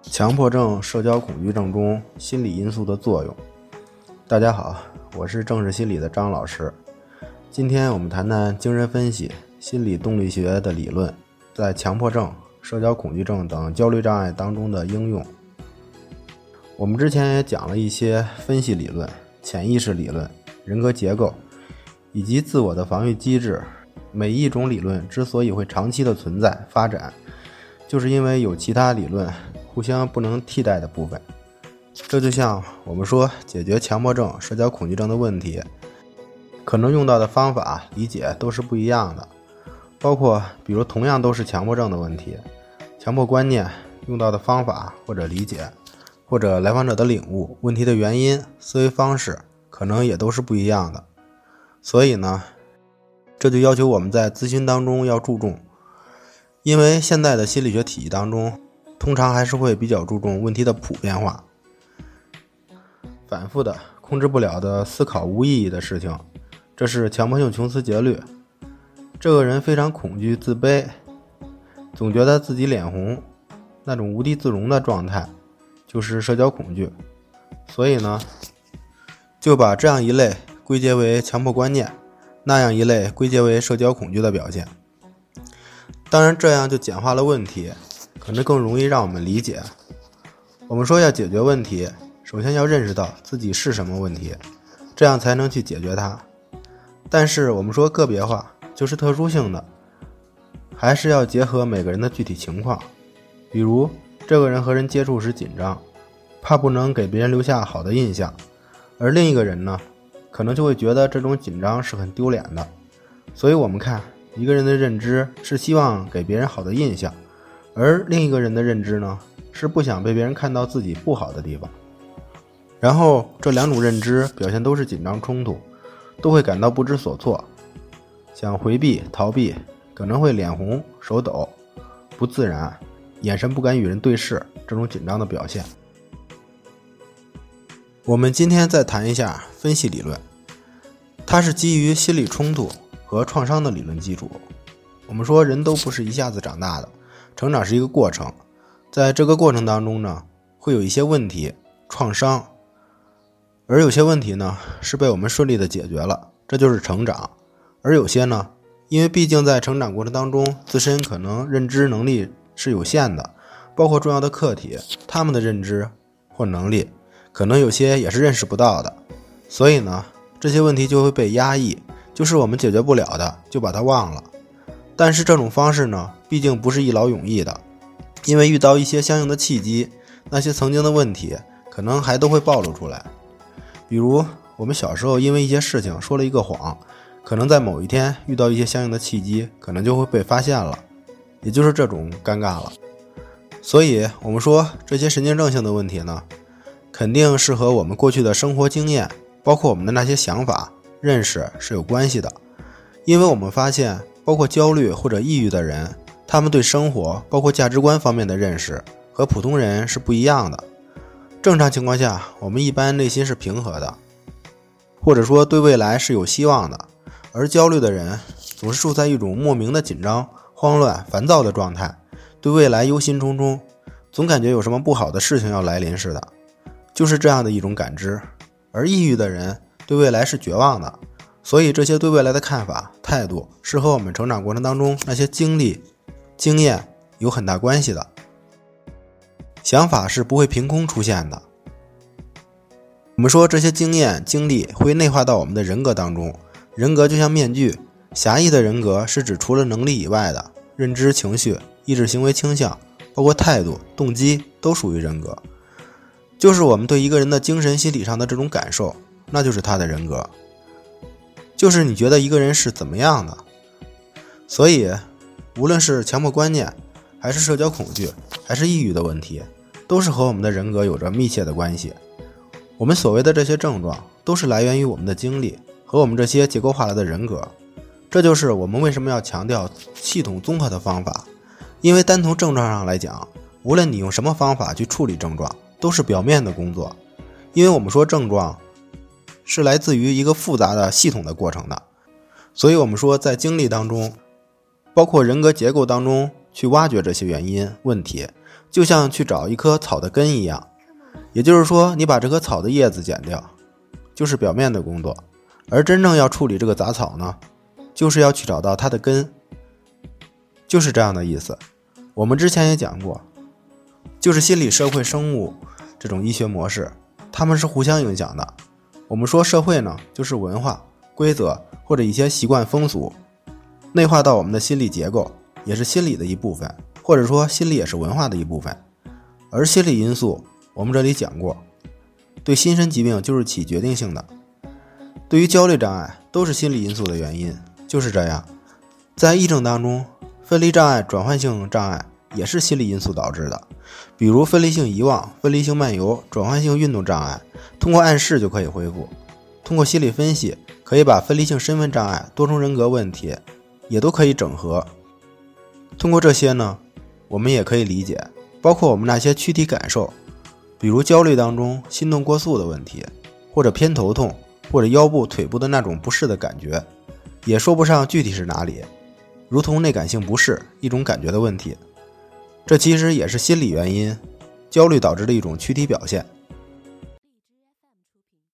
强迫症、社交恐惧症中心理因素的作用。大家好，我是正视心理的张老师。今天我们谈谈精神分析、心理动力学的理论在强迫症、社交恐惧症等焦虑障碍当中的应用。我们之前也讲了一些分析理论、潜意识理论、人格结构以及自我的防御机制。每一种理论之所以会长期的存在发展，就是因为有其他理论互相不能替代的部分。这就像我们说解决强迫症、社交恐惧症的问题，可能用到的方法理解都是不一样的，包括比如同样都是强迫症的问题，强迫观念用到的方法或者理解，或者来访者的领悟问题的原因、思维方式可能也都是不一样的。所以呢，这就要求我们在咨询当中要注重，因为现在的心理学体系当中通常还是会比较注重问题的普遍化，反复的控制不了的思考无意义的事情，这是强迫性穷思竭虑。这个人非常恐惧自卑，总觉得自己脸红，那种无地自容的状态就是社交恐惧。所以呢，就把这样一类归结为强迫观念，那样一类归结为社交恐惧的表现。当然这样就简化了问题，可能更容易让我们理解。我们说要解决问题，首先要认识到自己是什么问题，这样才能去解决它。但是我们说个别化就是特殊性的，还是要结合每个人的具体情况。比如这个人和人接触时紧张，怕不能给别人留下好的印象，而另一个人呢，可能就会觉得这种紧张是很丢脸的。所以我们看一个人的认知是希望给别人好的印象，而另一个人的认知呢，是不想被别人看到自己不好的地方。然后这两种认知表现都是紧张冲突，都会感到不知所措，想回避逃避，可能会脸红手抖，不自然，眼神不敢与人对视，这种紧张的表现。我们今天再谈一下分析理论，它是基于心理冲突和创伤的理论基础。我们说人都不是一下子长大的，成长是一个过程，在这个过程当中呢，会有一些问题创伤，而有些问题呢是被我们顺利的解决了，这就是成长。而有些呢，因为毕竟在成长过程当中自身可能认知能力是有限的，包括重要的课题，他们的认知或能力可能有些也是认识不到的，所以呢这些问题就会被压抑，就是我们解决不了的就把它忘了。但是这种方式呢毕竟不是一劳永逸的，因为遇到一些相应的契机，那些曾经的问题可能还都会暴露出来。比如我们小时候因为一些事情说了一个谎，可能在某一天遇到一些相应的契机，可能就会被发现了，也就是这种尴尬了。所以我们说这些神经症性的问题呢，肯定是和我们过去的生活经验，包括我们的那些想法认识是有关系的。因为我们发现包括焦虑或者抑郁的人，他们对生活包括价值观方面的认识和普通人是不一样的。正常情况下，我们一般内心是平和的，或者说对未来是有希望的，而焦虑的人总是处在一种莫名的紧张、慌乱、烦躁的状态，对未来忧心忡忡，总感觉有什么不好的事情要来临似的，就是这样的一种感知。而抑郁的人对未来是绝望的，所以这些对未来的看法、态度是和我们成长过程当中那些经历、经验有很大关系的。想法是不会凭空出现的，我们说这些经验、经历会内化到我们的人格当中。人格就像面具，狭义的人格是指除了能力以外的认知、情绪、意志、行为倾向，包括态度、动机都属于人格，就是我们对一个人的精神心理上的这种感受，那就是他的人格，就是你觉得一个人是怎么样的。所以无论是强迫观念，还是社交恐惧，还是抑郁的问题，都是和我们的人格有着密切的关系。我们所谓的这些症状都是来源于我们的经历和我们这些结构化了的人格。这就是我们为什么要强调系统综合的方法，因为单从症状上来讲，无论你用什么方法去处理症状，都是表面的工作。因为我们说症状是来自于一个复杂的系统的过程的，所以我们说在经历当中，包括人格结构当中去挖掘这些原因问题， 就像去找一棵草的根一样，也就是说你把这棵草的叶子剪掉，就是表面的工作，而真正要处理这个杂草呢，就是要去找到它的根，就是这样的意思。我们之前也讲过，就是心理社会生物这种医学模式，它们是互相影响的。我们说社会呢，就是文化、规则或者一些习惯风俗，内化到我们的心理结构，也是心理的一部分，或者说心理也是文化的一部分。而心理因素我们这里讲过，对心身疾病就是起决定性的。对于焦虑障碍都是心理因素的原因，就是这样。在癔症当中，分离障碍、转换性障碍也是心理因素导致的，比如分离性遗忘、分离性漫游、转换性运动障碍，通过暗示就可以恢复。通过心理分析，可以把分离性身份障碍、多重人格问题也都可以整合。通过这些呢，我们也可以理解，包括我们那些躯体感受，比如焦虑当中心动过速的问题，或者偏头痛，或者腰部、腿部的那种不适的感觉，也说不上具体是哪里，如同内感性不适，一种感觉的问题。这其实也是心理原因，焦虑导致的一种躯体表现。